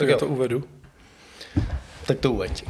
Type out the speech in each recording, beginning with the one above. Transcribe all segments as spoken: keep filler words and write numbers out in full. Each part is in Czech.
Tak já to uvedu. Tak to uveď.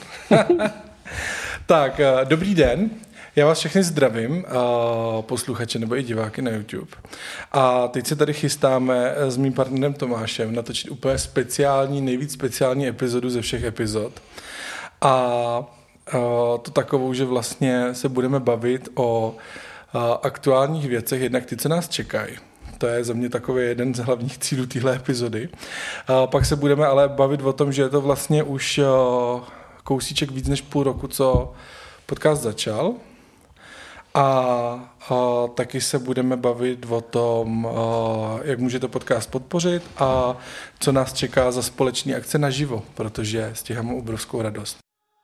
Tak, dobrý den. Já vás všechny zdravím, posluchače nebo i diváky na YouTube. A teď se tady chystáme s mým partnerem Tomášem natočit úplně speciální, nejvíc speciální epizodu ze všech epizod. A to takovou, že vlastně se budeme bavit o aktuálních věcech, jednak ty, co nás čekají. To je za mě takový jeden z hlavních cílů téhle epizody. A pak se budeme ale bavit o tom, že je to vlastně už kousíček víc než půl roku, co podcast začal. A, a taky se budeme bavit o tom, a, jak můžete podcast podpořit a co nás čeká za společný akce naživo, protože z těch mám obrovskou radost.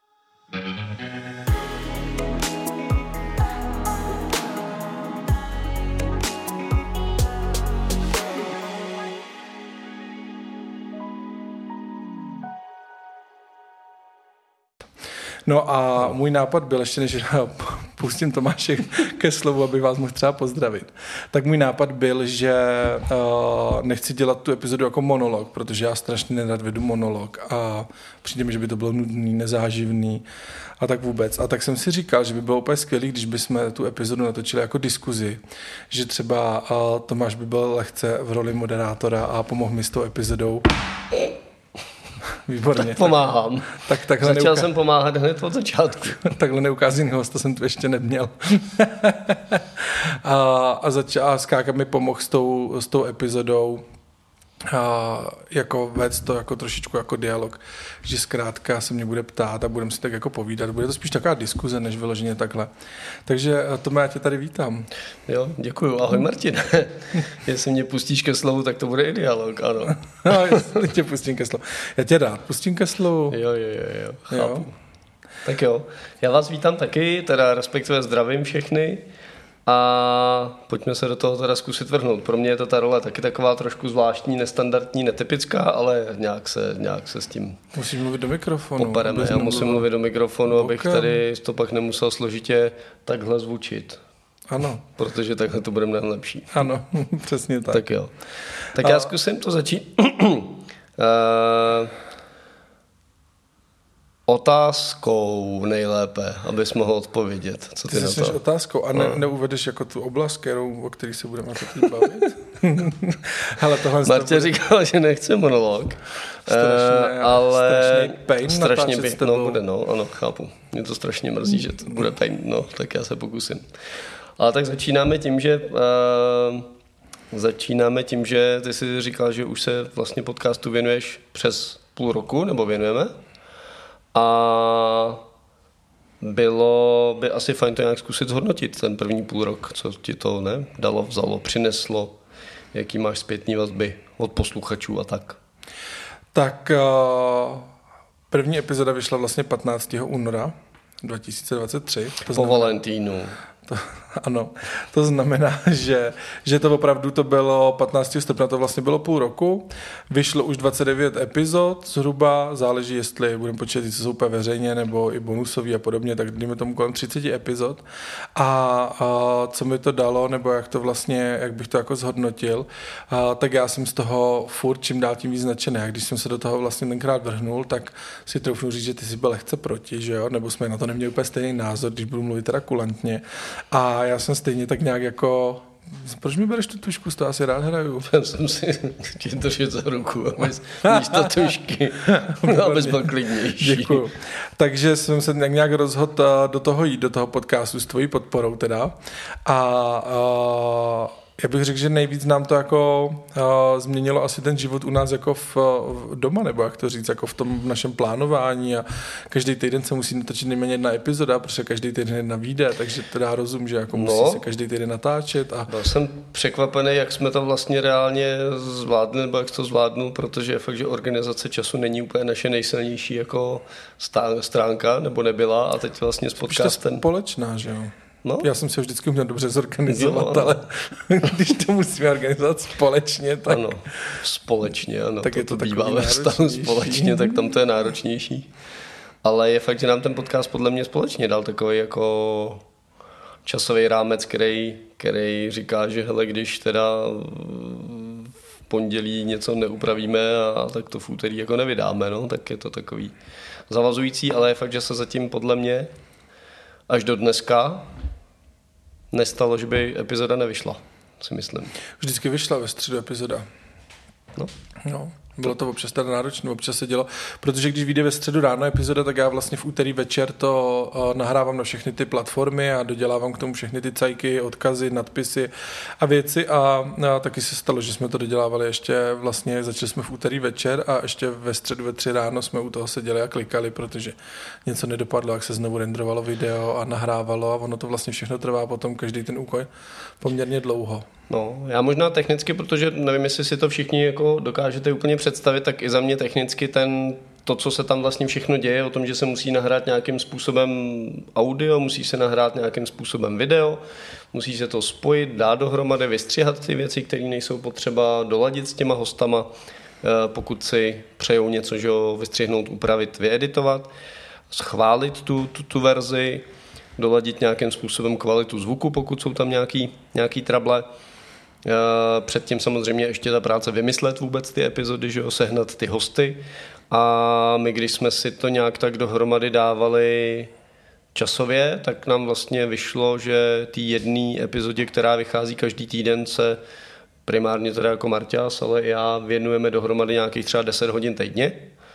No a můj nápad byl, ještě než pustím Tomáše ke slovu, abych vás mohl třeba pozdravit, tak můj nápad byl, že uh, nechci dělat tu epizodu jako monolog, protože já strašně nerad vedu monolog a přijde mi, že by to bylo nudný, nezáživný a tak vůbec. A tak jsem si říkal, že by bylo úplně skvělý, když bychom tu epizodu natočili jako diskuzi, že třeba uh, Tomáš by byl lehce v roli moderátora a pomohl mi s tou epizodou. Výborně. Tak pomáhám. Tak, takhle Začal neuka- jsem pomáhat hned od začátku. Takhle neukázný host, to jsem tu ještě neměl. a, a, začal, a Skáka mi pomohl s tou, s tou epizodou a jako vést to jako trošičku jako dialog, že zkrátka se mě bude ptát a budeme si tak jako povídat. Bude to spíš taková diskuze, než vyloženě takhle. Takže Tome, já tě tady vítám. Jo, děkuju. Ahoj Martin. Jestli mě pustíš ke slovu, tak to bude i dialog, ano. No, jestli tě pustím ke slovu. Já tě rád pustím ke slovu. Jo, jo, jo, jo. Chápu. Jo. Tak jo. Já vás vítám taky, teda respektive zdravím všechny. A pojďme se do toho teda zkusit vrhnout. Pro mě je to ta role taky taková trošku zvláštní, nestandardní, netypická, ale nějak se, nějak se s tím musíš mluvit do mikrofonu. Popereme. Já musím mluvit do mikrofonu, bokem. Abych tady to pak nemusel složitě takhle zvučit. Ano. Protože takhle to bude mnohem lepší. Ano, přesně tak. Tak jo. Tak A... já zkusím to začít. uh... Otázkou nejlépe, abys mohl odpovědět. Co ty, ty jsi otázkou a ne, no. neuvedeš jako tu oblast, kterou, o který se budeme teď bavit? Hele, tohle Martě bude... říkal, že nechce monolog. Strašně, uh, ale strašný pain strašně by, no, bude, no, ano, chápu. Mě to strašně mrzí, že to bude pain, no, tak já se pokusím. Ale tak začínáme tím, že uh, začínáme tím, že ty jsi říkal, že už se vlastně podcastu věnuješ přes půl roku, nebo věnujeme? A bylo by asi fajn to nějak zkusit zhodnotit, ten první půl rok, co ti to ne, dalo, vzalo, přineslo, jaký máš zpětný vazby od posluchačů a tak. Tak první epizoda vyšla vlastně patnáctého února dva tisíce dvacet tři. To po Valentínu. To, ano, to znamená, že, že to opravdu to bylo patnáctého srpna, to vlastně bylo půl roku, vyšlo už dvacet devět epizod zhruba, záleží, jestli budeme počítat, co jsou úplně veřejně, nebo i bonusový a podobně, tak dejme tomu kolem třicet epizod. A, a co mi to dalo, nebo jak to vlastně, jak bych to jako zhodnotil, a, tak já jsem z toho furt čím dál tím víc nadšený. A když jsem se do toho vlastně tenkrát vrhnul, tak si troufnu říct, že ty jsi byl lehce proti, že jo, nebo jsme na to neměli úplně stejný názor, když budu mluvit teda kulantně. A já jsem stejně tak nějak jako... Proč mi bereš tu tušku? To asi rád hraju. Já jsem si ti držet za ruku, abys místo tušky, no, abys byl klidnější. Děkuju. Takže jsem se nějak rozhodl do toho jít, do toho podcastu s tvojí podporou teda. A... a já bych řekl, že nejvíc nám to jako uh, změnilo asi ten život u nás jako v, v doma, nebo jak to říct, jako v tom našem plánování a každý týden se musí natočit nejméně jedna epizoda, protože každý týden jedna vyjde, takže to dá rozum, že jako musí no, se každý týden natáčet. A... Byl jsem překvapený, jak jsme to vlastně reálně zvládli, nebo jak to zvládnu, protože je fakt, že organizace času není úplně naše nejsilnější jako stránka, nebo nebyla a teď vlastně s podcastem. To je společná, že jo? No? Já jsem se vždycky uměl dobře zorganizovat, jo, ale když to musíme organizovat společně, tak... Ano, společně, ano, tak to, je to, to bývá ve vztahu společně, tak tam to je náročnější. Ale je fakt, že nám ten podcast podle mě společně dal takový jako časový rámec, který, který říká, že hele, když teda pondělí něco neupravíme a tak to v úterý jako nevydáme, no, tak je to takový zavazující, ale je fakt, že se zatím podle mě až do dneska nestalo, že by epizoda nevyšla, si myslím. Vždycky vyšla ve středu epizoda. No. No. Bylo to občas teda náročné, občas se dělo, protože když vyjde ve středu ráno epizoda, tak já vlastně v úterý večer to uh, nahrávám na všechny ty platformy a dodělávám k tomu všechny ty cajky, odkazy, nadpisy a věci a, a taky se stalo, že jsme to dodělávali ještě vlastně, začali jsme v úterý večer a ještě ve středu ve tři ráno jsme u toho seděli a klikali, protože něco nedopadlo, jak se znovu renderovalo video a nahrávalo a ono to vlastně všechno trvá potom každý ten úkol poměrně dlouho. No, já možná technicky, protože nevím, jestli si to všichni jako dokážete úplně představit, tak i za mě technicky ten, to, co se tam vlastně všechno děje, o tom, že se musí nahrát nějakým způsobem audio, musí se nahrát nějakým způsobem video, musí se to spojit, dát dohromady, vystřihat ty věci, které nejsou potřeba, doladit s těma hostama, pokud si přejou něco, že ho vystřihnout, upravit, vyeditovat, schválit tu, tu, tu verzi, doladit nějakým způsobem kvalitu zvuku, pokud jsou tam nějaký, nějaký trable. Předtím samozřejmě ještě ta práce vymyslet vůbec ty epizody, že jo, sehnat ty hosty a my, když jsme si to nějak tak dohromady dávali časově, tak nám vlastně vyšlo, že té jedné epizodě, která vychází každý týden, se primárně teda jako Marťas, ale i já věnujeme dohromady nějakých třeba deset hodin týdně,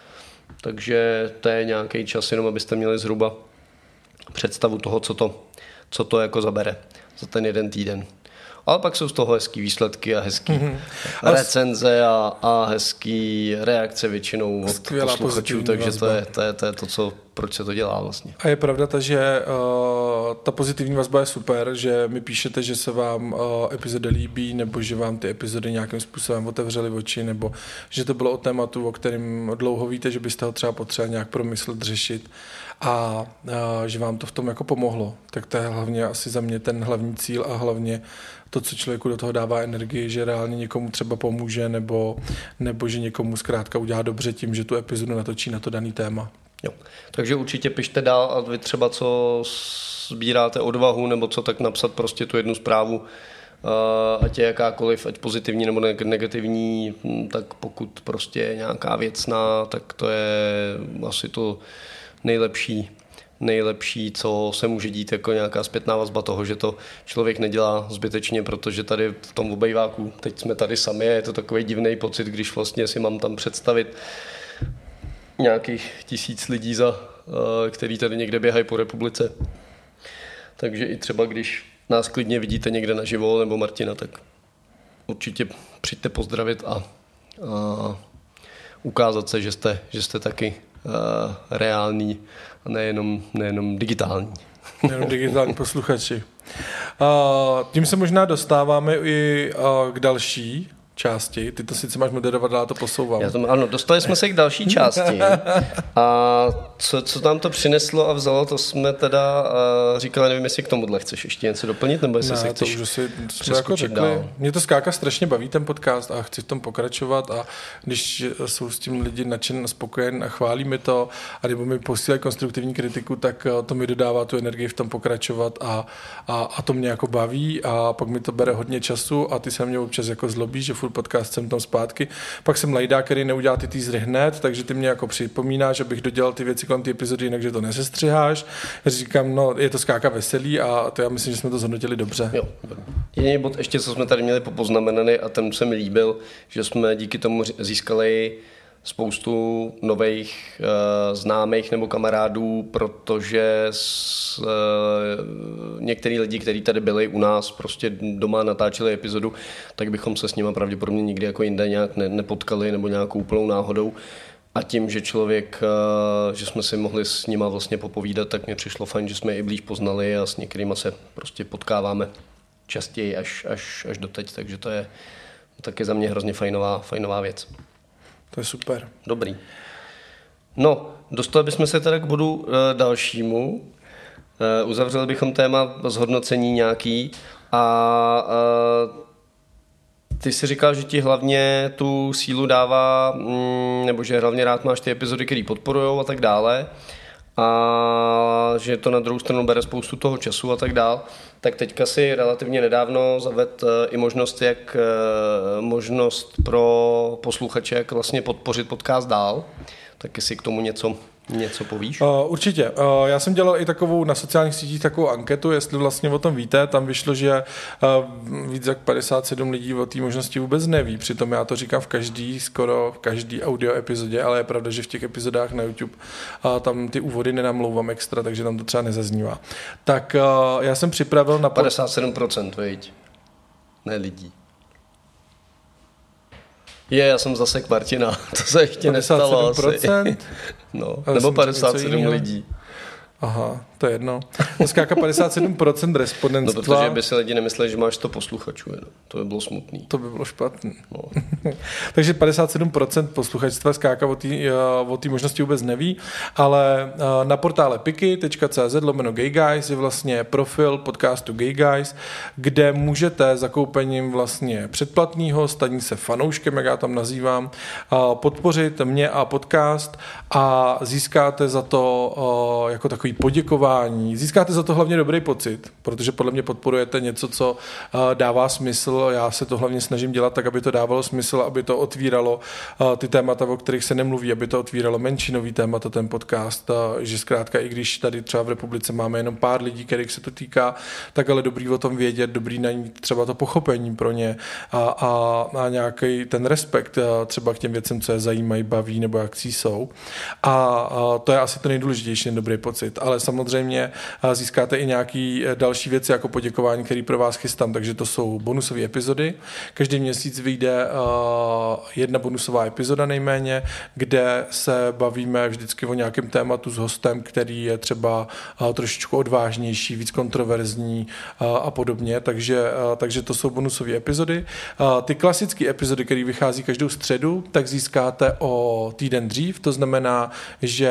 takže to je nějaký čas, jenom abyste měli zhruba představu toho, co to, co to jako zabere za ten jeden týden. Ale pak jsou z toho hezký výsledky a hezký mm-hmm. recenze a, a hezký reakce většinou od skvělá posluchačů, takže to je, to, je, to je to, co, proč se to dělá vlastně. A je pravda ta, že uh, ta pozitivní vazba je super, že mi píšete, že se vám uh, epizody líbí, nebo že vám ty epizody nějakým způsobem otevřely oči, nebo že to bylo o tématu, o kterém dlouho víte, že byste ho třeba potřebovali nějak promyslet, řešit a uh, že vám to v tom jako pomohlo. Tak to je hlavně asi za mě ten hlavní cíl a hlavně to, co člověku do toho dává energii, že reálně někomu třeba pomůže nebo, nebo že někomu zkrátka udělá dobře tím, že tu epizodu natočí na to daný téma. Jo. Takže určitě pište dál a vy třeba co sbíráte odvahu nebo co, tak napsat prostě tu jednu zprávu, ať je jakákoliv, ať pozitivní nebo negativní, tak pokud prostě je nějaká věcná, tak to je asi to nejlepší. nejlepší, co se může dít, jako nějaká zpětná vazba toho, že to člověk nedělá zbytečně, protože tady v tom obejváku, teď jsme tady sami, je to takový divný pocit, když vlastně si mám tam představit nějakých tisíc lidí, za, který tady někde běhají po republice. Takže i třeba, když nás klidně vidíte někde naživo, nebo Martina, tak určitě přijďte pozdravit a, a ukázat se, že jste, že jste taky uh, reální a nejenom, nejenom digitální. Nejenom digitální posluchači. Uh, tím se možná dostáváme i uh, k další části. Ty to sice máš moderovat, ale to posouvám. Já to, ano, dostali jsme se k další části. A co, co tam to přineslo a vzalo, to jsme teda uh, říkali, nevím, jestli k tomuhle chceš ještě něco doplnit, nebo jestli ne, se chceš to už si jako dál. Mě to zkrátka strašně baví, ten podcast, a chci v tom pokračovat, a když jsou s tím lidi nadšen a spokojen a chválí mi to, a nebo mi posílají konstruktivní kritiku, tak to mi dodává tu energii v tom pokračovat a, a, a to mě jako baví, a pak mi to bere hodně času a ty se mě občas jako zlobí, že furt podcast jsem tam zpátky. Pak jsem lajda, který neudělá ty teasery hned, takže ty mě jako připomínáš, abych dodělal ty věci kolem ty epizody, jinak, že to nesestřiháš. Já říkám, no, je to zkrátka veselý, a to já myslím, že jsme to zhodnotili dobře. Jo. Jediný bod ještě, co jsme tady měli popoznamenaný, a ten se mi líbil, že jsme díky tomu získali spoustu nových uh, známých nebo kamarádů, protože s, uh, některý lidi, kteří tady byli u nás, prostě doma natáčeli epizodu, tak bychom se s nimi pravděpodobně nikdy jako jinde nějak ne, nepotkali nebo nějakou úplnou náhodou. A tím, že člověk, uh, že jsme si mohli s nima vlastně popovídat, tak mi přišlo fajn, že jsme je i blíž poznali, a s některýma se prostě potkáváme častěji až, až, až doteď, takže to je taky za mě hrozně fajnová, fajnová věc. To je super. Dobrý. No, dostali bychom se teda k bodu e, dalšímu. E, uzavřeli bychom téma zhodnocení nějaký, a e, ty si říkal, že ti hlavně tu sílu dává, mm, nebo že hlavně rád máš ty epizody, které podporujou a tak dále, a že to na druhou stranu bere spoustu toho času a tak dále. tak teďka si relativně nedávno zaved i možnost, jak možnost pro posluchače, jak vlastně podpořit podcast dál. Tak jestli k tomu něco Něco povíš? Uh, určitě. Uh, já jsem dělal i takovou na sociálních sítích takovou anketu, jestli vlastně o tom víte. Tam vyšlo, že uh, víc jak padesát sedm lidí o té možnosti vůbec neví. Přitom já to říkám v každý, skoro v každý audio epizodě, ale je pravda, že v těch epizodách na YouTube uh, tam ty úvody nenamlouvám extra, takže tam to třeba nezaznívá. Tak uh, já jsem připravil na... padesát sedm procent, veď? Ne lidí. Je, já jsem zasek Martina, to se ještě nestalo asi. No, nebo padesát sedm lidí. Aha, to je jedno. Dneska padesát sedm procent respondentstva. No, protože by si lidi nemysleli, že máš sto posluchačů, jenom. To by bylo smutný. To by bylo špatný. No. Takže padesát sedm procent posluchačstva skáka o té o té možnosti vůbec neví, ale na portále piky tečka cé zet lomeno Gay Guys je vlastně profil podcastu Gay Guys, kde můžete zakoupením vlastně předplatného, staní se fanouškem, jak já tam nazývám, podpořit mě a podcast a získáte za to jako takový poděkování. Získáte za to hlavně dobrý pocit, protože podle mě podporujete něco, co dává smysl. Já se to hlavně snažím dělat tak, aby to dávalo smysl, aby to otvíralo ty témata, o kterých se nemluví, aby to otvíralo menšinový témata, ten podcast, že zkrátka, i když tady třeba v republice máme jenom pár lidí, kterých se to týká, tak ale dobrý o tom vědět, dobrý najít třeba to pochopení pro ně a, a, a nějaký ten respekt třeba k těm věcem, co je zajímají, baví nebo jak jsou. A, a to je asi to nejdůležitější, ten dobrý pocit. Ale samozřejmě získáte i nějaký další věci jako poděkování, které pro vás chystám, takže to jsou bonusové epizody. Každý měsíc vyjde jedna bonusová epizoda nejméně, kde se bavíme vždycky o nějakém tématu s hostem, který je třeba trošičku odvážnější, víc kontroverzní a podobně, takže, takže to jsou bonusové epizody. Ty klasické epizody, které vychází každou středu, tak získáte o týden dřív, to znamená, že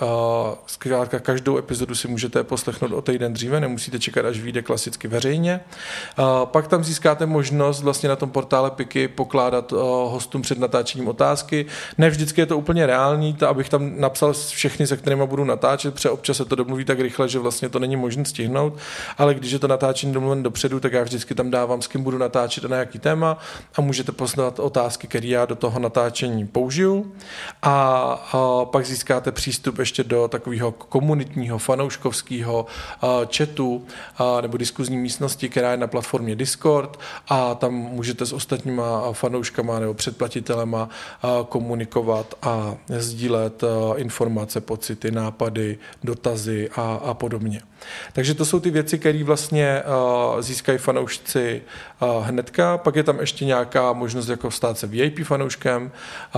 zkrátka každou epizodu si můžete poslechnout o týden dříve, nemusíte čekat, až vyjde klasicky veřejně. Pak tam získáte možnost vlastně na tom portále Piky pokládat hostům před natáčením otázky. Ne vždycky je to úplně reálný, to, abych tam napsal všechny, se kterými budu natáčet, protože občas se to domluví tak rychle, že vlastně to není možné stihnout, ale když je to natáčení domluven dopředu, tak já vždycky tam dávám, s kým budu natáčet a na jaký téma a můžete poslat otázky, které já do toho natáčení použiju a, a pak získáte přístup ještě do takového komunitního, fanouškovského chatu nebo diskuzní místnosti, která je na platformě Discord a tam můžete s ostatníma fanouškama nebo předplatitelema komunikovat a sdílet informace, pocity, nápady, dotazy a, a podobně. Takže to jsou ty věci, které vlastně získají fanoušci hnedka. Pak je tam ještě nějaká možnost jako stát se V I P fanouškem.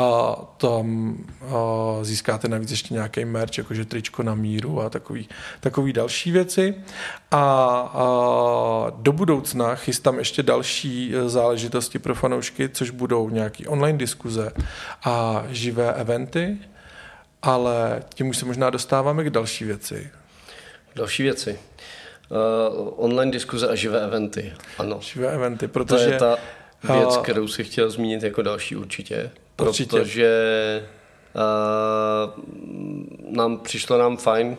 Tam získáte navíc ještě nějaký merch, jakože tričko na míru a takový, takový další věci. A, a do budoucna chystám ještě další záležitosti pro fanoušky, což budou nějaké online diskuze a živé eventy, ale tím už se možná dostáváme k další věci. Další věci. Uh, online diskuze a živé eventy. Ano. Živé eventy, protože... To je ta věc, uh, kterou si chtěl zmínit jako další určitě. Určitě. Protože uh, nám přišlo nám fajn,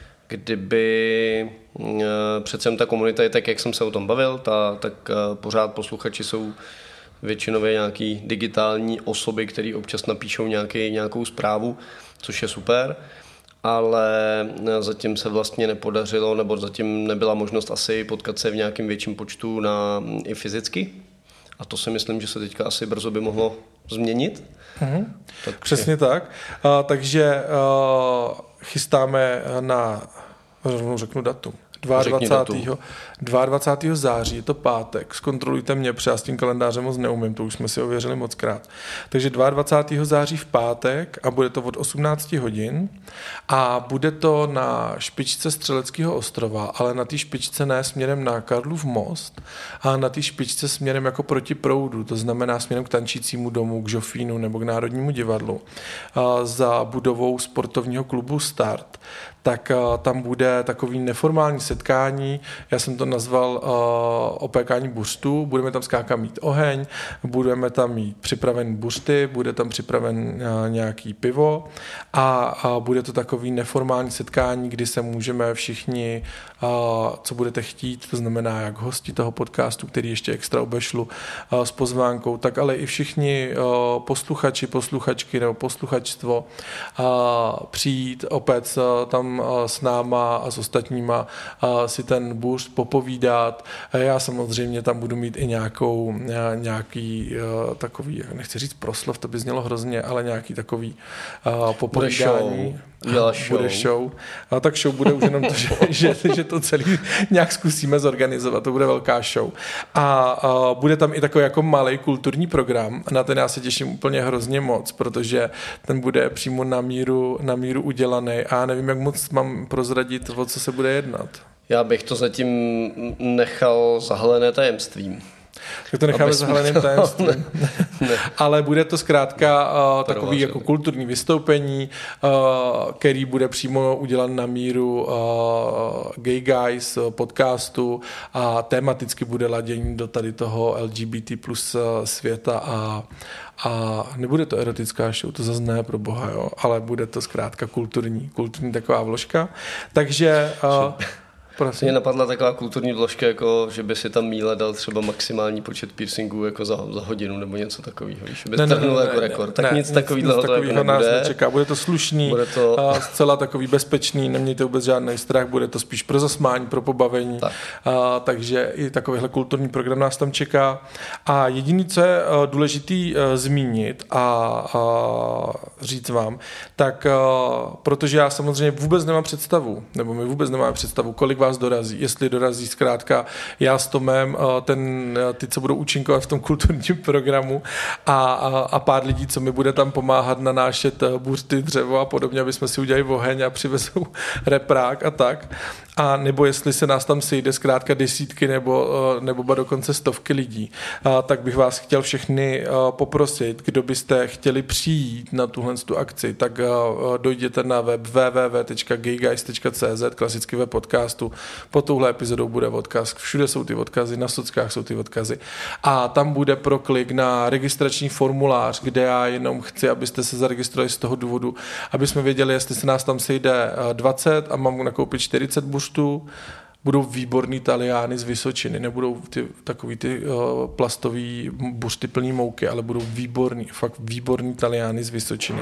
kdyby uh, přece ta komunita je tak, jak jsem se o tom bavil, ta, tak uh, pořád posluchači jsou většinově nějaký digitální osoby, které občas napíšou nějaký, nějakou zprávu, což je super, ale zatím se vlastně nepodařilo, nebo zatím nebyla možnost asi potkat se v nějakém větším počtu na, i fyzicky. A to si myslím, že se teďka asi brzo by mohlo změnit. Mm-hmm. Tak přesně tak. A, takže a, chystáme na, řeknu datum, dvacátého dvacátého září, je to pátek, zkontrolujte mě, protože já s tím kalendářem moc neumím, to už jsme si ověřili mockrát. Takže dvacátého druhého září v pátek a bude to od osmnáct hodin a bude to na špičce Střeleckého ostrova, ale na té špičce ne směrem na Karlův most, a na té špičce směrem jako proti proudu, to znamená směrem k Tančícímu domu, k Žofínu nebo k Národnímu divadlu, a za budovou sportovního klubu Start. Tak tam bude takový neformální setkání, já jsem to nazval uh, opékání buřtů, budeme tam skákat mít oheň, budeme tam mít připraven buřty, bude tam připraven uh, nějaký pivo a uh, bude to takový neformální setkání, kdy se můžeme všichni, uh, co budete chtít, to znamená jak hosti toho podcastu, který ještě extra obešlu uh, s pozvánkou, tak ale i všichni uh, posluchači, posluchačky nebo posluchačstvo uh, přijít opět uh, tam uh, s náma a s ostatníma uh, si ten buřt popovídat. Uh, já samozřejmě tam budu mít i nějakou, uh, nějaký uh, takový, nechci říct proslov, to by znělo hrozně, ale nějaký takový uh, popovídání. Bude show. Bude show. A tak show bude už jenom to, že, že, že to celý nějak zkusíme zorganizovat. To bude velká show. A, a bude tam i takový jako malý kulturní program. Na ten já se těším úplně hrozně moc, protože ten bude přímo na míru, na míru udělaný. A nevím, jak moc mám prozradit, o co se bude jednat. Já bych to zatím nechal zahalené tajemstvím. Tak to necháme zahaleným tajemstvím. Ne, ne. Ale bude to zkrátka uh, takový jako kulturní vystoupení, uh, který bude přímo udělan na míru uh, Gay Guys podcastu a tematicky bude ladění do tady toho L G B T plus světa a, a nebude to erotická show, to zase ne pro boha, jo, ale bude to zkrátka kulturní, kulturní taková vložka. Takže... Uh, Prosím. Mě napadla taková kulturní vložka, jako, že by si tam Míla dal třeba maximální počet piercingů jako za, za hodinu nebo něco takového, že by strhnul jako rekord. Tak ne, nic takového to jako nás nečeká. Bude to slušný, bude to... A zcela takový bezpečný, nemějte vůbec žádný strach, bude to spíš pro zasmání, pro pobavení. Tak. A, takže i takovýhle kulturní program nás tam čeká. A jediný, co je důležitý zmínit a, a říct vám, tak a, protože já samozřejmě vůbec nemám představu, nebo my vůbec nemáme představu, kolik vás dorazí, jestli dorazí zkrátka já s Tomem, ten, ty, co budou účinkovat v tom kulturním programu a, a, a pár lidí, co mi bude tam pomáhat nanášet buřty, dřevo a podobně, aby jsme si udělali oheň a přivezou reprák a tak. A nebo jestli se nás tam sejde zkrátka desítky nebo, nebo ba dokonce stovky lidí, a tak bych vás chtěl všechny poprosit, kdo byste chtěli přijít na tuhle akci, tak dojděte na web w w w tečka gayguys tečka c z, klasický web podcastu. Po touhle epizodou bude odkaz, všude jsou ty odkazy, na sockách jsou ty odkazy. A tam bude proklik na registrační formulář, kde já jenom chci, abyste se zaregistrovali z toho důvodu, aby jsme věděli, jestli se nás tam sejde dvacet a mám nakoupit čtyřicet buřtů. Budou výborný Taliány z Vysočiny, nebudou ty, takový ty uh, plastový buřty plný mouky, ale budou výborný, fakt výborný Taliány z Vysočiny.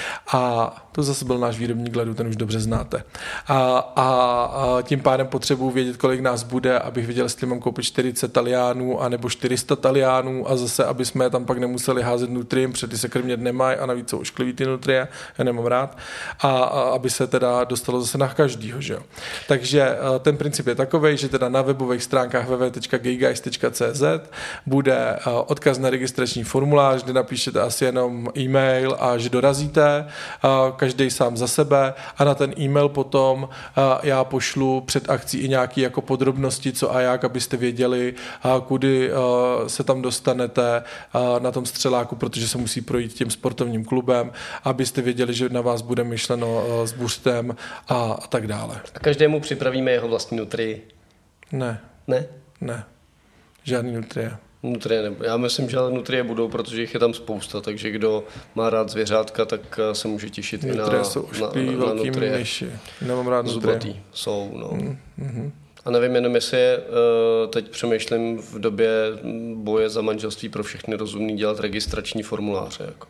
A to zase byl náš výrobník ledu, ten už dobře znáte. A, a, a tím pádem potřebuji vědět, kolik nás bude, abych věděl, jestli mám koupit čtyřicet Taliánů, anebo čtyři sta Taliánů a zase, aby jsme je tam pak nemuseli házet nutriem, protože ty se krmět nemají a navíc jsou ošklivý ty nutrie, já nemám rád. A, a aby se teda dostalo zase na každýho, že jo. Takže ten princip je takovej, že teda na webových stránkách w w w tečka gayguys tečka c z bude odkaz na registrační formulář, kde napíšete asi jenom e-mail a že dorazíte, každý sám za sebe a na ten e-mail potom já pošlu před akcí i nějaké jako podrobnosti, co a jak, abyste věděli, kudy se tam dostanete na tom střeláku, protože se musí projít tím sportovním klubem, abyste věděli, že na vás bude myšleno s buřtem a, a tak dále. A každému připravíme jeho vlastní nutrii? Ne. Ne? Ne. Žádný nutrie. Nutrie nebo. Já myslím, že ale nutrie budou, protože jich je tam spousta, takže kdo má rád zvěřátka, tak se může těšit nutrie i na, jsou na, na, na nutrie. Myši. Nemám rád nutrie. Zublatý jsou, no. Mm, mm-hmm. A nevím jenom, jestli je, teď přemýšlím v době boje za manželství pro všechny rozumný dělat registrační formuláře. Jako.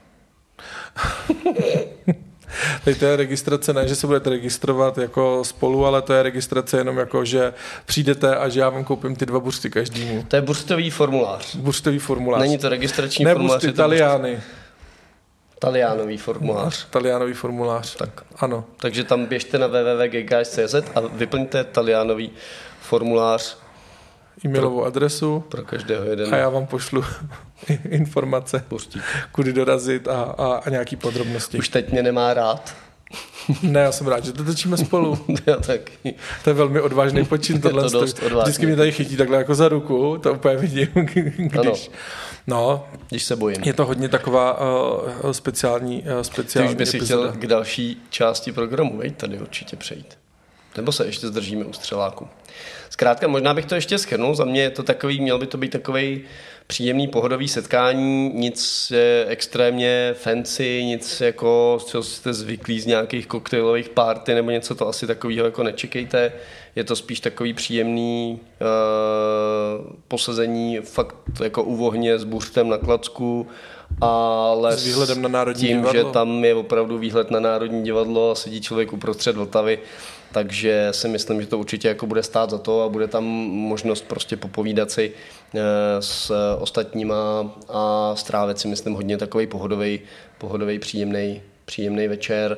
Teď to je registrace, ne, že se budete registrovat jako spolu, ale to je registrace jenom jako, že přijdete a že já vám koupím ty dva buřty každému. To je buřtový formulář. Buřtový formulář. Není to registrační ne, formulář. Ne, buřty, Taliány. Taliánový formulář. Taliánový formulář. Tak. Ano. Takže tam běžte na w w w tečka gayguys tečka c z a vyplňte Taliánový formulář. E-mailovou adresu. Pro každého jeden. A já vám pošlu informace, Pustík. kudy dorazit a, a, a nějaký podrobnosti. Už teď mě nemá rád. Ne, já jsem rád, že to točíme spolu. Já taky. To je velmi odvážný počin. Tohle je to dost odvážný. Vždycky mě tady chytí takhle jako za ruku, to úplně vidím, když... Ano. No, když se bojím. Je to hodně taková uh, speciální, uh, speciální Ty už by si chtěl k další části programu, veď, tady určitě přejít. Nebo se ještě zdržíme u střeláku. Zkrátka, možná bych to ještě shrnul, za mě je to takový, měl by to být takový příjemný pohodový setkání, nic extrémně fancy, nic jako, co jste zvyklí z nějakých koktejlových party nebo něco, to asi takového jako nečekejte. Je to spíš takový příjemný uh, posazení fakt jako u ohně s buřtem na klacku, ale s výhledem na Národní tím, divadlo. že tam je opravdu výhled na Národní divadlo a sedí člověk uprostřed Vltavy, takže si myslím, že to určitě jako bude stát za to a bude tam možnost prostě popovídat si s ostatníma a strávit si myslím hodně takový pohodový, pohodový příjemný, příjemný večer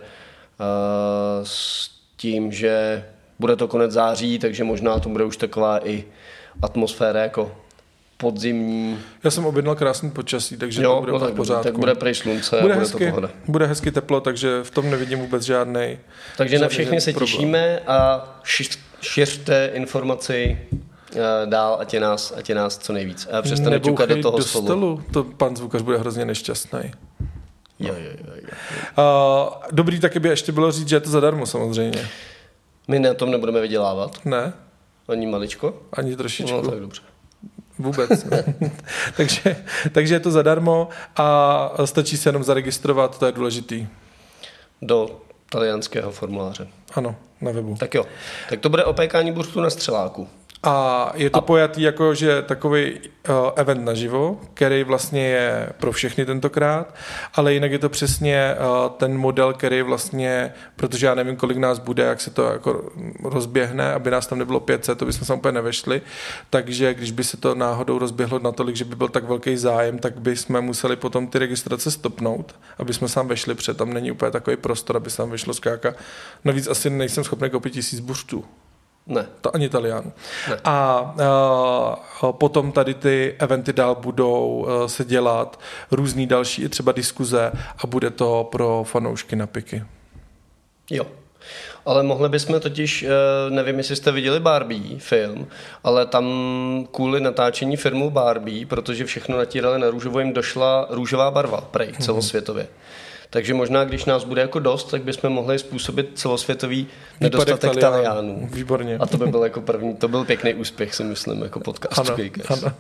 s tím, že bude to konec září, takže možná to bude už taková i atmosféra jako podzimní. Já jsem objednal krásný počasí, takže jo, to bude no v tak, pořádku. Tak bude prej slunce bude a bude hezky, to pohoda. Bude hezky teplo, takže v tom nevidím vůbec žádnej. Takže žádný na všechny se problém. těšíme a šiř, šiřte informaci dál, ať je nás, ať je nás co nejvíc. A přestane ťukat do toho do stolu. stolu. To pan zvukař bude hrozně nešťastný. Jo, jo, jo, jo. Uh, dobrý taky by ještě bylo říct, že je to zadarmo samozřejmě. My na tom nebudeme vydělávat. Ne? Ani maličko? Ani trošičku. No tak dobře. Vůbec. takže, takže je to zadarmo a stačí se jenom zaregistrovat, to je důležitý. Do talianského formuláře. Ano, na webu. Tak jo. Tak to bude opékání buřtu na střeláku. A je to a... pojatý jako, že takový uh, event naživo, který vlastně je pro všechny tentokrát, ale jinak je to přesně uh, ten model, který vlastně, protože já nevím, kolik nás bude, jak se to jako rozběhne, aby nás tam nebylo pět set, to bychom se úplně nevešli, takže když by se to náhodou rozběhlo natolik, že by byl tak velký zájem, tak bychom museli potom ty registrace stopnout, aby jsme se tam vešli, protože tam není úplně takový prostor, aby se tam vešlo skáka. Navíc asi nejsem schopný koupit tisíc buřtů. Ne. To ani Italiánů. A uh, potom tady ty eventy dál budou uh, se dělat, různý další třeba diskuze a bude to pro fanoušky na piky. Jo. Ale mohli bychom totiž, nevím, jestli jste viděli Barbie film, ale tam kvůli natáčení filmu Barbie, protože všechno natírali na růžovo, jim došla růžová barva, prej, celosvětově. Takže možná, když nás bude jako dost, tak bychom mohli způsobit celosvětový nedostatek Taliánů. Výborně. A to by byl jako první, to byl pěkný úspěch, si myslím, jako podcast. Ano, ano.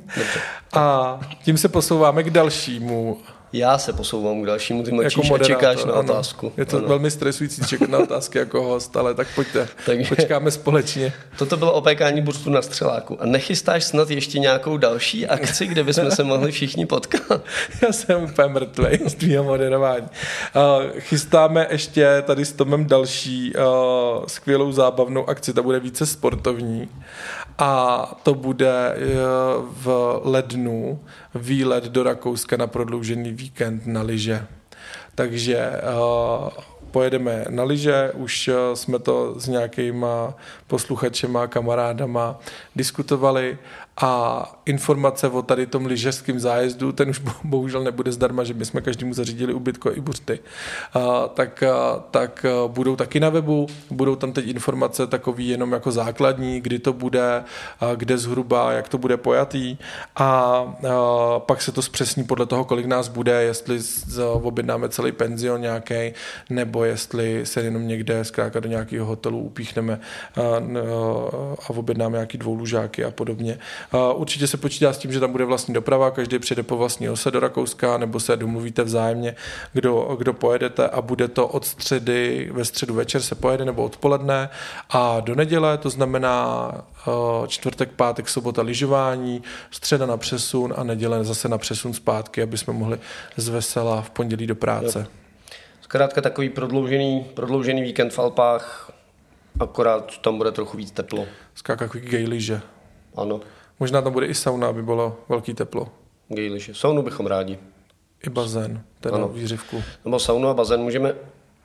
A tím se posouváme k dalšímu. Já se posouvám k dalšímu, ty mlčíš jako a čekáš na ano. otázku. Je to ano. velmi stresující čekat na otázky jako host, ale tak pojďte, tak počkáme společně. Toto bylo opékání buřtu na střeláku. A nechystáš snad ještě nějakou další akci, kde bychom se mohli všichni potkat? Já jsem úplně mrtvej z tvýho moderování. Uh, chystáme ještě tady s Tomem další uh, skvělou zábavnou akci, ta bude více sportovní. A to bude v lednu výlet do Rakouska na prodloužený víkend na lyže. Takže uh, pojedeme na lyže, už jsme to s nějakýma posluchačema, kamarádama diskutovali a informace o tady tom lyžařském zájezdu, ten už bohužel nebude zdarma, že bychom každému zařídili ubytko i buřty, a, tak, a, tak a budou taky na webu, budou tam teď informace takový jenom jako základní, kdy to bude, a kde zhruba, jak to bude pojatý a, a pak se to zpřesní podle toho, kolik nás bude, jestli z, objednáme celý penzion nějaký, nebo jestli se jenom někde zkrátka do nějakého hotelu upíchneme a, a objednáme nějaký dvoulužáky a podobně. Určitě se počítá s tím, že tam bude vlastní doprava, každý přijde po vlastní ose do Rakouska, nebo se domluvíte vzájemně, kdo, kdo pojedete a bude to od středy, ve středu večer se pojede nebo odpoledne a do neděle, to znamená čtvrtek, pátek, sobota lyžování, středa na přesun a neděle zase na přesun zpátky, aby jsme mohli z vesela v pondělí do práce. Jo. Zkrátka takový prodloužený, prodloužený víkend v Alpách, akorát tam bude trochu víc teplo. Skáka takový gay lyže. Ano. Možná tam bude i sauna, aby bylo velký teplo. Gay lyže. Saunu bychom rádi. I bazén, teda ano. Výřivku. Nebo saunu a bazén můžeme,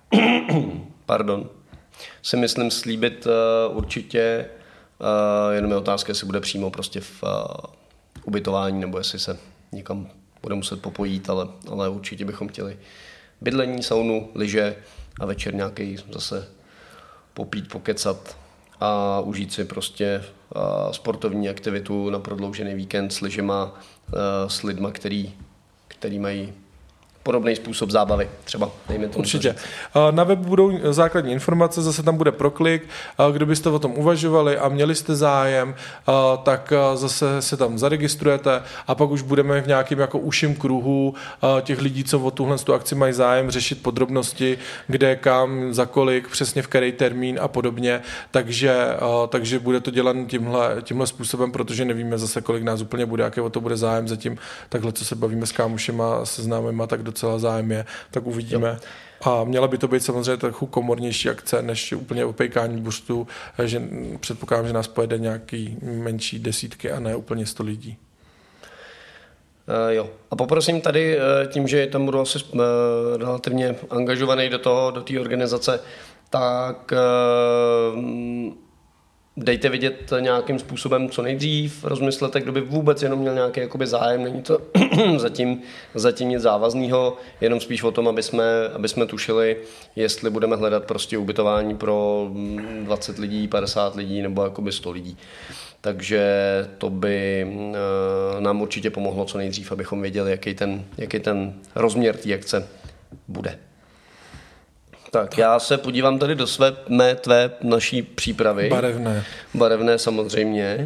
pardon, si myslím slíbit uh, určitě, uh, jenom je otázka, jestli bude přímo prostě v uh, ubytování, nebo jestli se někam bude muset popojít, ale, ale určitě bychom chtěli bydlení, saunu, lyže a večer nějaký zase popít, pokecat a užít si prostě uh, sportovní aktivitu na prodloužený víkend s lyžema, uh, s lidma, který, který mají podobný způsob zábavy třeba. Určitě. Na webu budou základní informace, zase tam bude proklik, kdybyste o tom uvažovali a měli jste zájem, tak zase se tam zaregistrujete a pak už budeme v nějakém jako užším kruhu těch lidí, co o tuhle tu akci mají zájem, řešit podrobnosti, kde, kam, za kolik, přesně v který termín a podobně, takže, takže bude to dělat tímhle, tímhle způsobem, protože nevíme zase, kolik nás úplně bude, jaký o to bude zájem, zatím takhle, co se bavíme s kámošema, se známýma, tak docela zájem je, tak uvidíme. Jo. A měla by to být samozřejmě trochu komornější akce, než úplně opejkání burstu, že předpokládám, že nás pojede nějaký menší desítky a ne úplně sto lidí. Uh, jo. A poprosím tady, tím, že tam budu asi uh, relativně angažovaný do toho, do té organizace, tak uh, dejte vidět nějakým způsobem co nejdřív, rozmyslete, kdo by vůbec jenom měl nějaký jakoby zájem, není to zatím, zatím nic závaznýho, jenom spíš o tom, aby jsme, aby jsme tušili, jestli budeme hledat prostě ubytování pro dvacet lidí, padesát lidí nebo jakoby sto lidí. Takže to by uh, nám určitě pomohlo co nejdřív, abychom věděli, jaký ten, jaký ten rozměr té akce bude. Tak, já se podívám tady do své, mé, tvé, naší přípravy. Barevné. Barevné samozřejmě.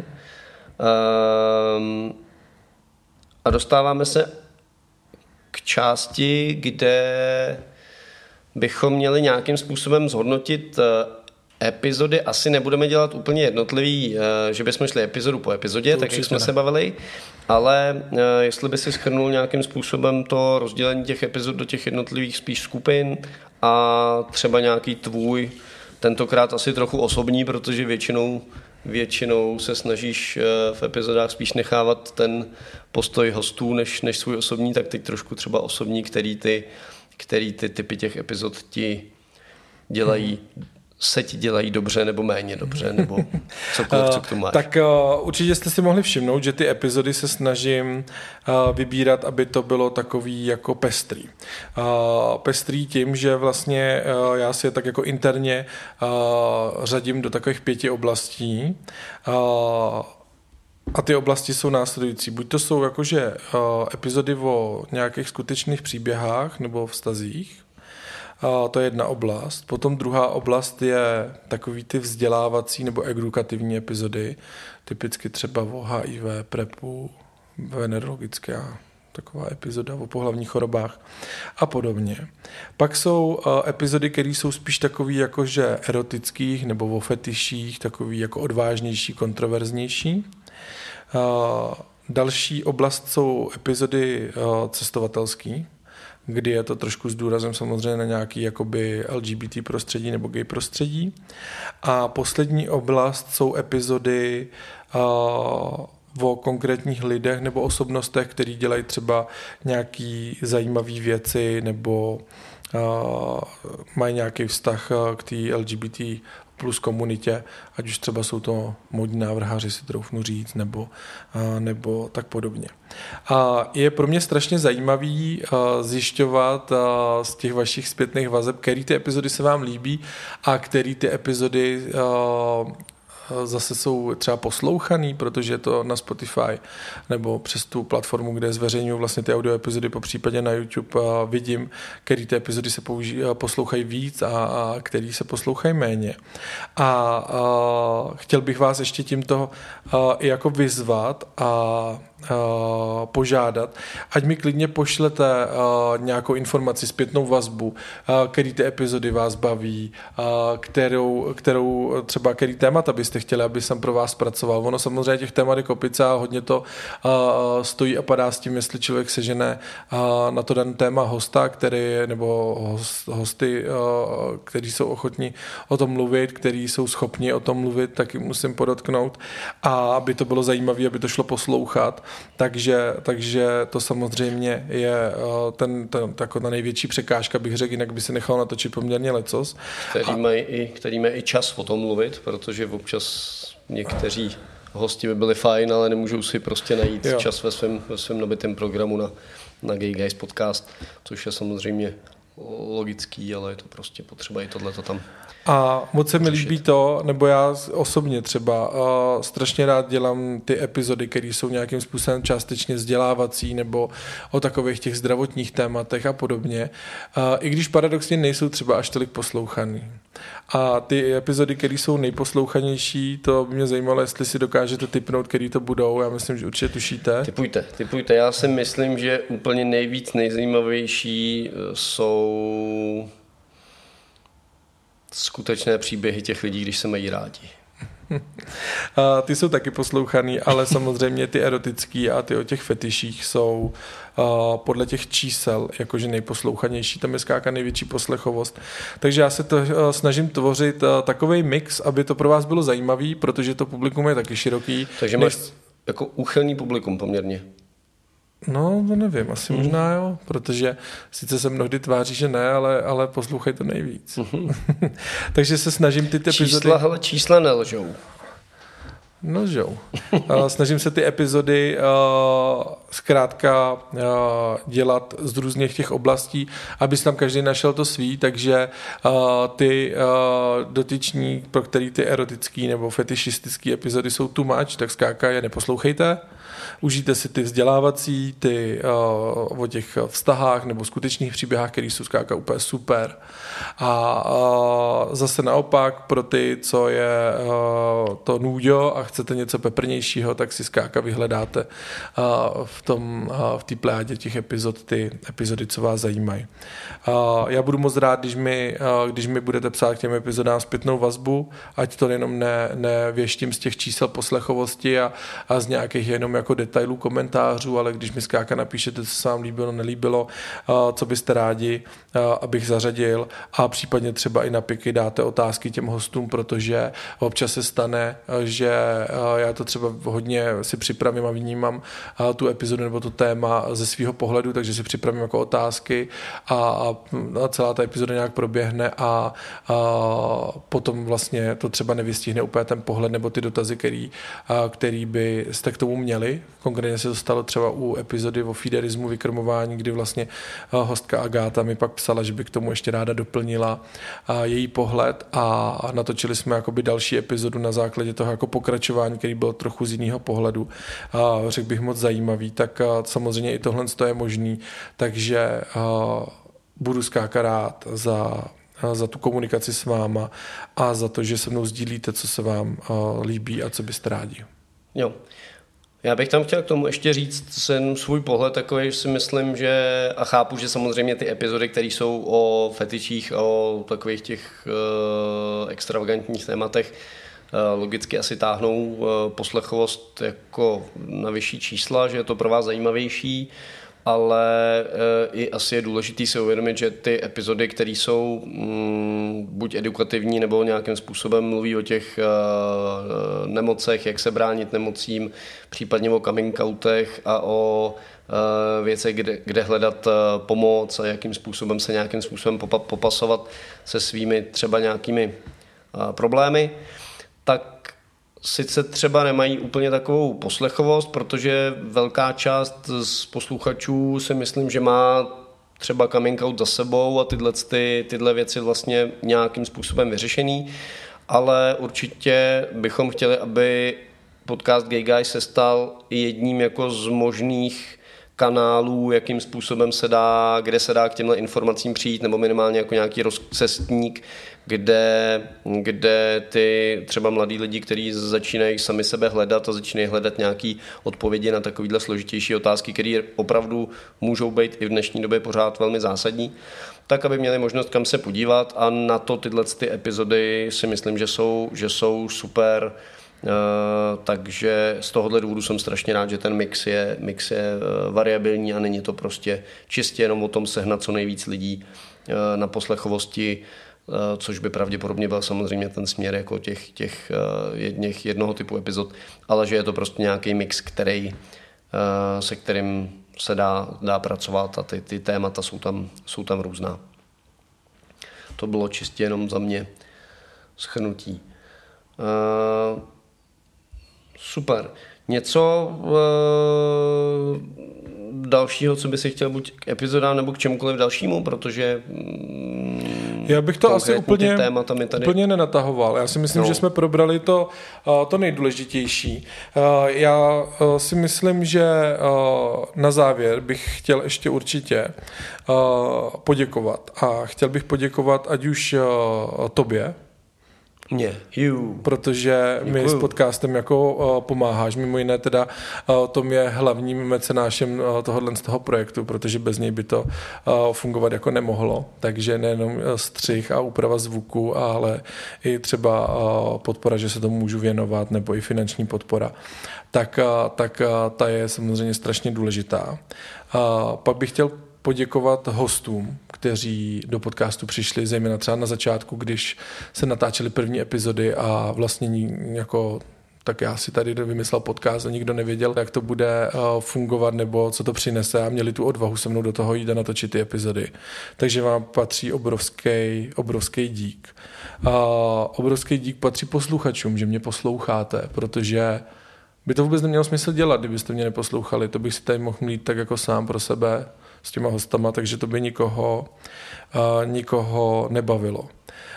Um, a dostáváme se k části, kde bychom měli nějakým způsobem zhodnotit epizody. Asi nebudeme dělat úplně jednotlivý, že bychom šli epizodu po epizodě, to tak jak jsme ne. se bavili, ale jestli by si shrnul nějakým způsobem to rozdělení těch epizod do těch jednotlivých spíš skupin a třeba nějaký tvůj, tentokrát asi trochu osobní, protože většinou, většinou se snažíš v epizodách spíš nechávat ten postoj hostů než, než svůj osobní, tak teď trošku třeba osobní, který ty, který ty typy těch epizod ti dělají hmm. se ti dělají dobře nebo méně dobře, nebo cokoliv, co k tomu máš. Tak uh, určitě jste si mohli všimnout, že ty epizody se snažím uh, vybírat, aby to bylo takový jako pestrý. Uh, pestrý tím, že vlastně uh, já si je tak jako interně uh, řadím do takových pěti oblastí. Uh, A ty oblasti jsou následující. Buď to jsou jakože uh, epizody o nějakých skutečných příběhách nebo vztazích, a to je jedna oblast. Potom druhá oblast je takový ty vzdělávací nebo edukativní epizody, typicky třeba o H I V, PrEPu, venerologická taková epizoda o pohlavních chorobách a podobně. Pak jsou uh, epizody, které jsou spíš takový jakože erotických nebo o fetiších, takový jako odvážnější, kontroverznější. Uh, další oblast jsou epizody uh, cestovatelský, kdy je to trošku s důrazem samozřejmě na nějaký jakoby L G B T prostředí nebo gay prostředí. A poslední oblast jsou epizody uh, o konkrétních lidech nebo osobnostech, který dělají třeba nějaký zajímavé věci nebo uh, mají nějaký vztah k té L G B T plus komunitě, ať už třeba jsou to módní návrháři, si troufnu říct, nebo, nebo tak podobně. A je pro mě strašně zajímavý zjišťovat z těch vašich zpětných vazeb, který ty epizody se vám líbí a který ty epizody zase jsou třeba poslouchaný, protože je to na Spotify nebo přes tu platformu, kde zveřejňuji vlastně ty audio epizody, po případě na YouTube vidím, který ty epizody se použí, poslouchají víc a, a který se poslouchají méně. A, a chtěl bych vás ještě tímto a, i jako vyzvat a Uh, požádat, ať mi klidně pošlete uh, nějakou informaci, zpětnou vazbu, uh, který ty epizody vás baví, uh, kterou, kterou třeba který témata byste chtěli, aby jsem pro vás pracoval. Ono samozřejmě těch témat je kopice a hodně to uh, stojí a padá s tím, jestli člověk sežene uh, na to daný téma hosta, který nebo host, hosty, uh, kteří jsou ochotní o tom mluvit, kteří jsou schopni o tom mluvit, taky musím podotknout, a aby to bylo zajímavé, aby to šlo poslouchat. Takže, takže to samozřejmě je ten, ten, jako ta největší překážka, bych řekl, jinak by se nechal natočit poměrně lecos. Který, a... mají i, který mají i čas o tom mluvit, protože občas někteří hosti by byli fajn, ale nemůžou si prostě najít jo. čas ve svém, ve svém nabitém programu na, na Gay Guys podcast, což je samozřejmě logický, ale je to prostě potřeba i tohleto tam. A moc se mi líbí to, nebo já osobně třeba uh, strašně rád dělám ty epizody, které jsou nějakým způsobem částečně vzdělávací nebo o takových těch zdravotních tématech a podobně, uh, i když paradoxně nejsou třeba až tolik poslouchaný. A ty epizody, které jsou nejposlouchanější, to by mě zajímalo, jestli si dokážete tipnout, který to budou. Já myslím, že určitě tušíte. Tipujte, tipujte. Já si myslím, že úplně nejvíc nejzajímavější jsou skutečné příběhy těch lidí, když se mají rádi. A ty jsou taky poslouchaný, ale samozřejmě ty erotický a ty o těch fetiších jsou uh, podle těch čísel jakože nejposlouchanější. Tam je skáka největší poslechovost. Takže já se to uh, snažím tvořit uh, takovej mix, aby to pro vás bylo zajímavý, protože to publikum je taky široký. Takže máš než... jako úchylný publikum poměrně. No, to nevím, asi mm. možná jo, protože sice se mnohdy tváří, že ne, ale, ale poslouchej to nejvíc. Mm-hmm. Takže se snažím ty epizody... Čísla, hele, čísla nelžou. No, lžou. Snažím se ty epizody uh, zkrátka uh, dělat z různých těch oblastí, aby si tam každý našel to svý, takže uh, ty uh, dotyční, pro který ty erotický nebo fetišistický epizody jsou too much, tak zkrátka je neposlouchejte. Užijte si ty vzdělávací, ty uh, o těch vztahách nebo skutečných příběhách, které jsou zkrátka úplně super. A uh, zase naopak pro ty, co je uh, to nůďo a chcete něco peprnějšího, tak si zkrátka vyhledáte uh, v tom uh, v té plejádě těch epizod ty epizody, co vás zajímají. Uh, já budu moc rád, když mi, uh, když mi budete psát k těm epizodám zpětnou vazbu, ať to jenom ne, nevěštím z těch čísel poslechovosti a, a z nějakých jenom jako detailů komentářů, ale když mi zkrátka napíšete, co se vám líbilo, nelíbilo, uh, co byste rádi, uh, abych zařadil, a případně třeba i na piky dáte otázky těm hostům, protože občas se stane, že já to třeba hodně si připravím a vnímám tu epizodu nebo to téma ze svého pohledu, takže si připravím jako otázky a, a celá ta epizoda nějak proběhne a, a potom vlastně to třeba nevystihne úplně ten pohled nebo ty dotazy, který, který by jste k tomu měli. Konkrétně se to stalo třeba u epizody o feederismu, vykrmování, kdy vlastně hostka Agáta mi pak psala, že by k tomu ještě ráda doplnila její pohled a natočili jsme jakoby další epizodu na základě toho jako pokračování, který byl trochu z jiného pohledu. A řekl bych moc zajímavý, tak samozřejmě i tohle je možný, takže budu skákat rád za, za tu komunikaci s váma a za to, že se mnou sdílíte, co se vám líbí a co byste rádi. Jo. Já bych tam chtěl k tomu ještě říct sen svůj pohled takový, že si myslím, že a chápu, že samozřejmě ty epizody, které jsou o fetiších a o takových těch uh, extravagantních tématech, uh, logicky asi táhnou uh, poslechovost jako na vyšší čísla, že je to pro vás zajímavější, ale uh, i asi je důležitý si uvědomit, že ty epizody, které jsou um, buď edukativní nebo nějakým způsobem mluví o těch uh, nemocech, jak se bránit nemocím, případně o coming outech a o uh, věcech, kde, kde hledat uh, pomoc a jakým způsobem se nějakým způsobem popa- popasovat se svými třeba nějakými uh, problémy, tak sice třeba nemají úplně takovou poslechovost, protože velká část z posluchačů si myslím, že má třeba coming out za sebou a tyhle, ty, tyhle věci vlastně nějakým způsobem vyřešený, ale určitě bychom chtěli, aby podcast Gay Guy se stal jedním jako z možných kanálů, jakým způsobem se dá, kde se dá k těmhle informacím přijít, nebo minimálně jako nějaký rozcestník, kde, kde ty třeba mladí lidi, kteří začínají sami sebe hledat a začínají hledat nějaké odpovědi na takovéhle složitější otázky, které opravdu můžou být i v dnešní době pořád velmi zásadní, tak aby měli možnost kam se podívat a na to tyhle ty epizody si myslím, že jsou, že jsou super. Uh, takže z tohohle důvodu jsem strašně rád, že ten mix je, mix je uh, variabilní a není to prostě čistě jenom o tom sehnat co nejvíc lidí uh, na poslechovosti, uh, což by pravděpodobně byl samozřejmě ten směr jako těch, těch uh, jedněch, jednoho typu epizod, ale že je to prostě nějaký mix, který, uh, se kterým se dá, dá pracovat a ty, ty témata jsou tam, jsou tam různá. To bylo čistě jenom za mě shrnutí. Uh, Super. Něco, dalšího, co by si chtěl buď k epizodám nebo k čemukoliv dalšímu, protože mm, já bych to asi úplně, tady... úplně nenatahoval. Já si myslím, no. že jsme probrali to, to nejdůležitější. Já si myslím, že na závěr bych chtěl ještě určitě poděkovat. A chtěl bych poděkovat ať už tobě, Mě, you. Protože Děkuju. mi s podcastem jako uh, pomáháš. Mimo jiné teda uh, Tom je hlavním mecenášem uh, tohohle z toho projektu, protože bez něj by to uh, fungovat jako nemohlo. Takže nejenom střih a úprava zvuku, ale i třeba uh, podpora, že se tomu můžu věnovat, nebo i finanční podpora. Tak, uh, tak uh, ta je samozřejmě strašně důležitá. Uh, pak bych chtěl poděkovat hostům, kteří do podcastu přišli, zejména třeba na začátku, když se natáčely první epizody a vlastně jako tak já si tady vymyslel podcast a nikdo nevěděl, jak to bude fungovat nebo co to přinese a měli tu odvahu se mnou do toho jít a natočit ty epizody. Takže vám patří obrovský, obrovský dík. A obrovský dík patří posluchačům, že mě posloucháte, protože by to vůbec nemělo smysl dělat, kdybyste mě neposlouchali. To bych si tady mohl mít tak jako sám pro sebe s těma hostama, takže to by nikoho, uh, nikoho nebavilo.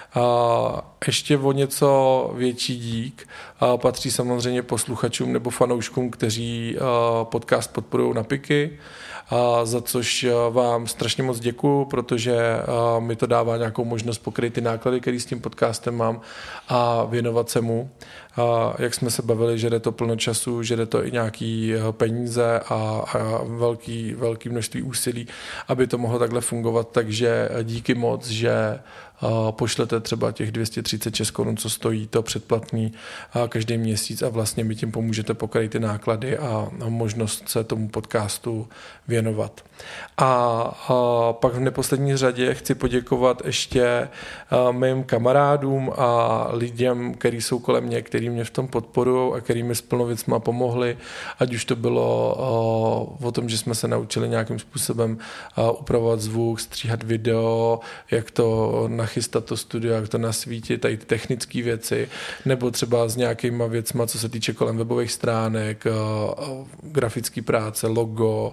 Uh, ještě o něco větší dík uh, patří samozřejmě posluchačům nebo fanouškům, kteří uh, podcast podporují na Piky, uh, za což uh, vám strašně moc děkuju, protože uh, mi to dává nějakou možnost pokryt ty náklady, které s tím podcastem mám a věnovat se mu. A jak jsme se bavili, že jde to plno času, že jde to i nějaký peníze a, a velký, velký množství úsilí, aby to mohlo takhle fungovat. Takže díky moc, že pošlete třeba těch dvě stě třicet šest korun, co stojí to předplatný každý měsíc a vlastně mi tím pomůžete pokryt ty náklady a možnost se tomu podcastu věnovat. A, a pak v neposlední řadě chci poděkovat ještě mým kamarádům a lidem, kteří jsou kolem mě, kteří mě v tom podporují a kteří mi s plnou věcma pomohli, ať už to bylo o tom, že jsme se naučili nějakým způsobem upravovat zvuk, stříhat video, jak to nachystat to studio, jak to nasvítit, tady ty technické věci, nebo třeba s nějakýma věcma, co se týče kolem webových stránek, grafické práce, logo,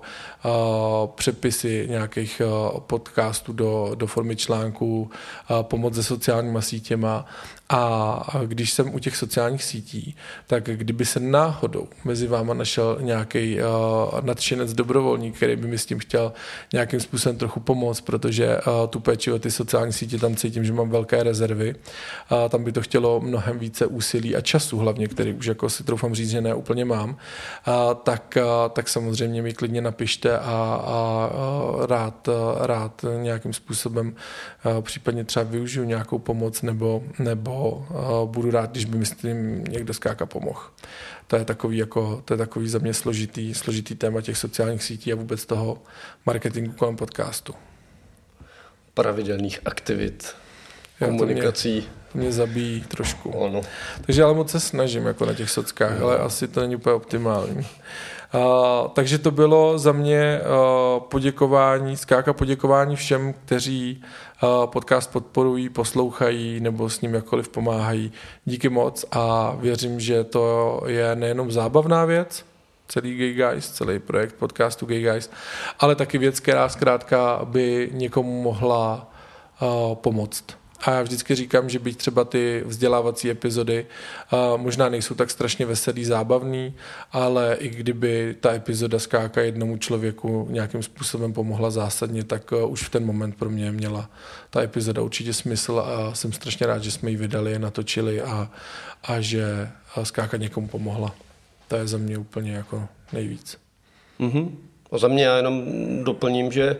přepisy nějakých podcastů do, do formy článků, pomoc se sociálníma sítěma. A když jsem u těch sociálních sítí, tak kdyby se náhodou mezi váma našel nějaký uh, nadšenec dobrovolník, který by mi s tím chtěl nějakým způsobem trochu pomoct, protože uh, tu péči o ty sociální sítě tam cítím, že mám velké rezervy. Uh, tam by to chtělo mnohem více úsilí a času hlavně, který už jako si troufám říct, že ne úplně mám. Uh, tak, uh, tak samozřejmě mi klidně napište a, a uh, rád, uh, rád nějakým způsobem uh, případně třeba využiju nějakou pomoc nebo, nebo budu rád, když by mi s tím někdo z Káka pomohl. To je takový, jako, to je takový za mě složitý, složitý téma těch sociálních sítí a vůbec toho marketingu kolem podcastu. Pravidelných aktivit, komunikací. To mě, to mě zabíjí trošku. Ono. Takže ale moc se snažím jako na těch sockách, ale asi to není úplně optimální. Uh, takže to bylo za mě uh, poděkování, zkáka poděkování všem, kteří uh, podcast podporují, poslouchají nebo s ním jakkoliv pomáhají. Díky moc a věřím, že to je nejenom zábavná věc, celý Gay Guys, celý projekt podcastu Gay Guys, ale taky věc, která zkrátka by někomu mohla uh, pomoct. A já vždycky říkám, že byť třeba ty vzdělávací epizody uh, možná nejsou tak strašně veselý, zábavný, ale i kdyby ta epizoda skáka jednomu člověku nějakým způsobem pomohla zásadně, tak uh, už v ten moment pro mě měla ta epizoda určitě smysl a jsem strašně rád, že jsme ji vydali, natočili a, a že skáka někomu pomohla. To je za mě úplně jako nejvíc. Mm-hmm. A za mě já jenom doplním, že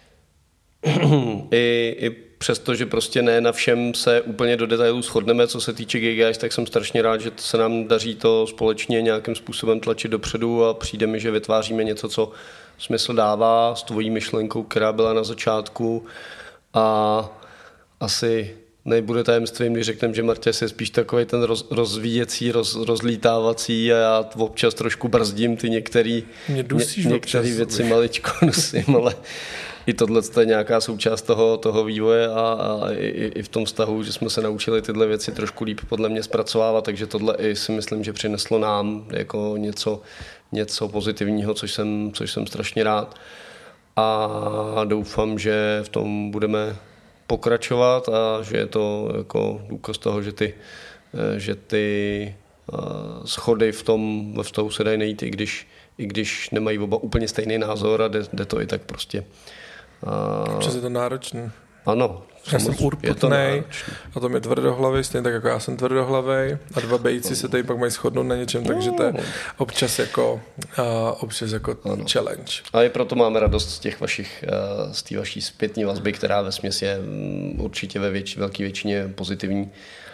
i, i přesto, že prostě ne na všem se úplně do detailů shodneme, co se týče Gay Guys, tak jsem strašně rád, že se nám daří to společně nějakým způsobem tlačit dopředu a přijde mi, že vytváříme něco, co smysl dává s tvojí myšlenkou, která byla na začátku a asi nebude tajemstvím, když řekneme, že Martěs je spíš takový ten roz, rozvíjecí, roz, rozlítávací a já občas trošku brzdím ty některý, Mě dusíš ně, některé občas, věci maličko dusím, ale i tohle je nějaká součást toho, toho vývoje a, a i, i v tom vztahu, že jsme se naučili tyhle věci trošku líp podle mě zpracovávat, takže tohle i si myslím, že přineslo nám jako něco, něco pozitivního, což jsem, což jsem strašně rád. A doufám, že v tom budeme pokračovat a že je to jako důkaz toho, že ty, že ty schody v tom ve vztahu se dají najít, i když, i když nemají oba úplně stejný názor a jde, jde to i tak prostě. Občas je to náročné. Ano. Já jsem urputnej a to je tvrdohlavý, stejně tak jako já jsem tvrdohlavej a dva bejci se tady pak mají shodnout na něčem, takže to je občas jako, uh, občas jako challenge. A i proto máme radost z těch vašich, uh, z té vaší zpětní vazby, která vesměs je um, určitě ve věč, velké většině pozitivní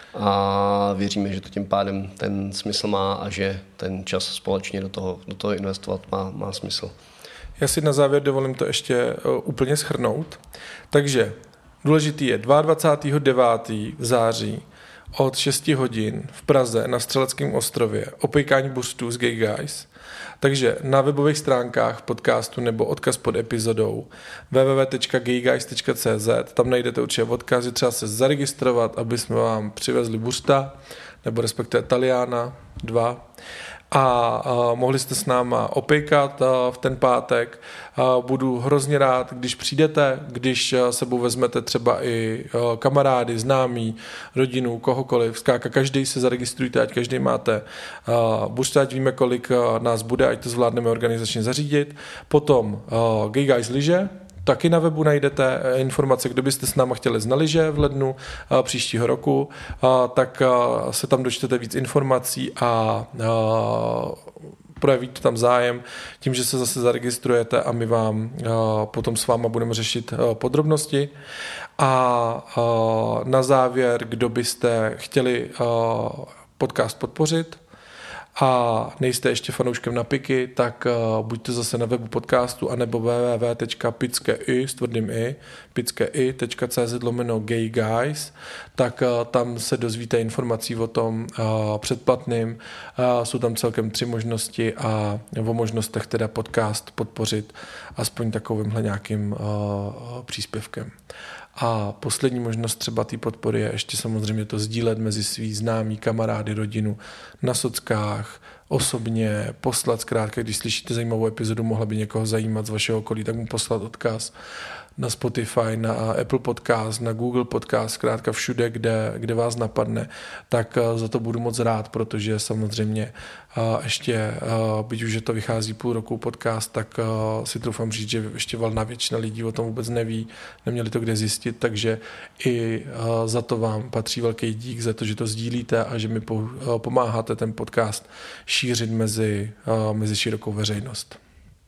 a věříme, že to tím pádem ten smysl má a že ten čas společně do toho, do toho investovat má, má smysl. Já si na závěr dovolím to ještě uh, úplně shrnout. Takže důležitý je dvacátého devátého září od šesti hodin v Praze na Střeleckém ostrově opejkání buřtů z Gay Guys. Takže na webových stránkách podcastu nebo odkaz pod epizodou w w w tečka gay guys tečka c z, tam najdete určitě odkaz, je třeba se zaregistrovat, aby jsme vám přivezli buřta, nebo respektive Taliana dva. A, a mohli jste s náma opejkat a, v ten pátek. A budu hrozně rád, když přijdete, když sebou vezmete třeba i a, kamarády, známí, rodinu, kohokoliv. Zkrátka každý se zaregistrujte, ať každý máte buďte, ať víme, kolik a, nás bude, ať to zvládneme organizačně zařídit. Potom a, Gay Guys lyže. Taky na webu najdete informace, kdo byste s náma chtěli na lyže v lednu a, příštího roku, a, tak a, se tam dočtete víc informací a, a projevíte tam zájem tím, že se zase zaregistrujete a my vám a, potom s váma budeme řešit a, podrobnosti. A, a na závěr, kdo byste chtěli a, podcast podpořit, a nejste ještě fanouškem na piky, tak uh, buďte zase na webu podcastu anebo w w w tečka pickei s tvrdým i, pickei tečka c z lomeno gay guys, tak uh, tam se dozvíte informací o tom uh, předplatným. Uh, jsou tam celkem tři možnosti a o možnostech teda podcast podpořit aspoň takovýmhle nějakým uh, příspěvkem. A poslední možnost třeba té podpory je ještě samozřejmě to sdílet mezi svý známí, kamarády, rodinu na sockách, osobně, poslat zkrátka, když slyšíte zajímavou epizodu, mohla by někoho zajímat z vašeho okolí, tak mu poslat odkaz na Spotify, na Apple Podcast, na Google Podcast, zkrátka všude, kde, kde vás napadne, tak za to budu moc rád, protože samozřejmě ještě, byť už je to vychází půl roku podcast, tak si troufám říct, že ještě valná většina lidí o tom vůbec neví, neměli to kde zjistit, takže i za to vám patří velký dík, za to, že to sdílíte a že mi pomáháte ten podcast šířit mezi, mezi širokou veřejnost.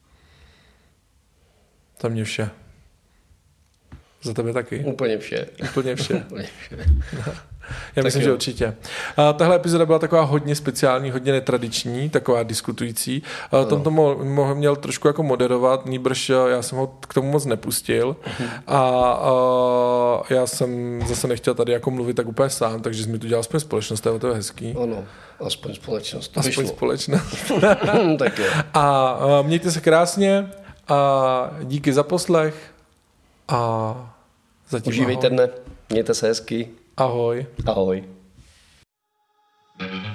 Za mě vše. Za tebe taky? Úplně vše. Úplně vše. Úplně vše. Já myslím, že určitě. A tahle epizoda byla taková hodně speciální, hodně netradiční, taková diskutující. A tom to mo- měl trošku jako moderovat, nýbrž já jsem ho k tomu moc nepustil. Uh-huh. A, a já jsem zase nechtěl tady jako mluvit tak úplně sám, takže jsi mi tu dělal aspoň společnost, to je hezký. Ano, aspoň společnost. Aspoň vyšlo. Společnost. Tak jo. A, a mějte se krásně a díky za poslech a zatím užívejte dne, mějte se hezky. Ahoj. Ahoj. Mm-hmm.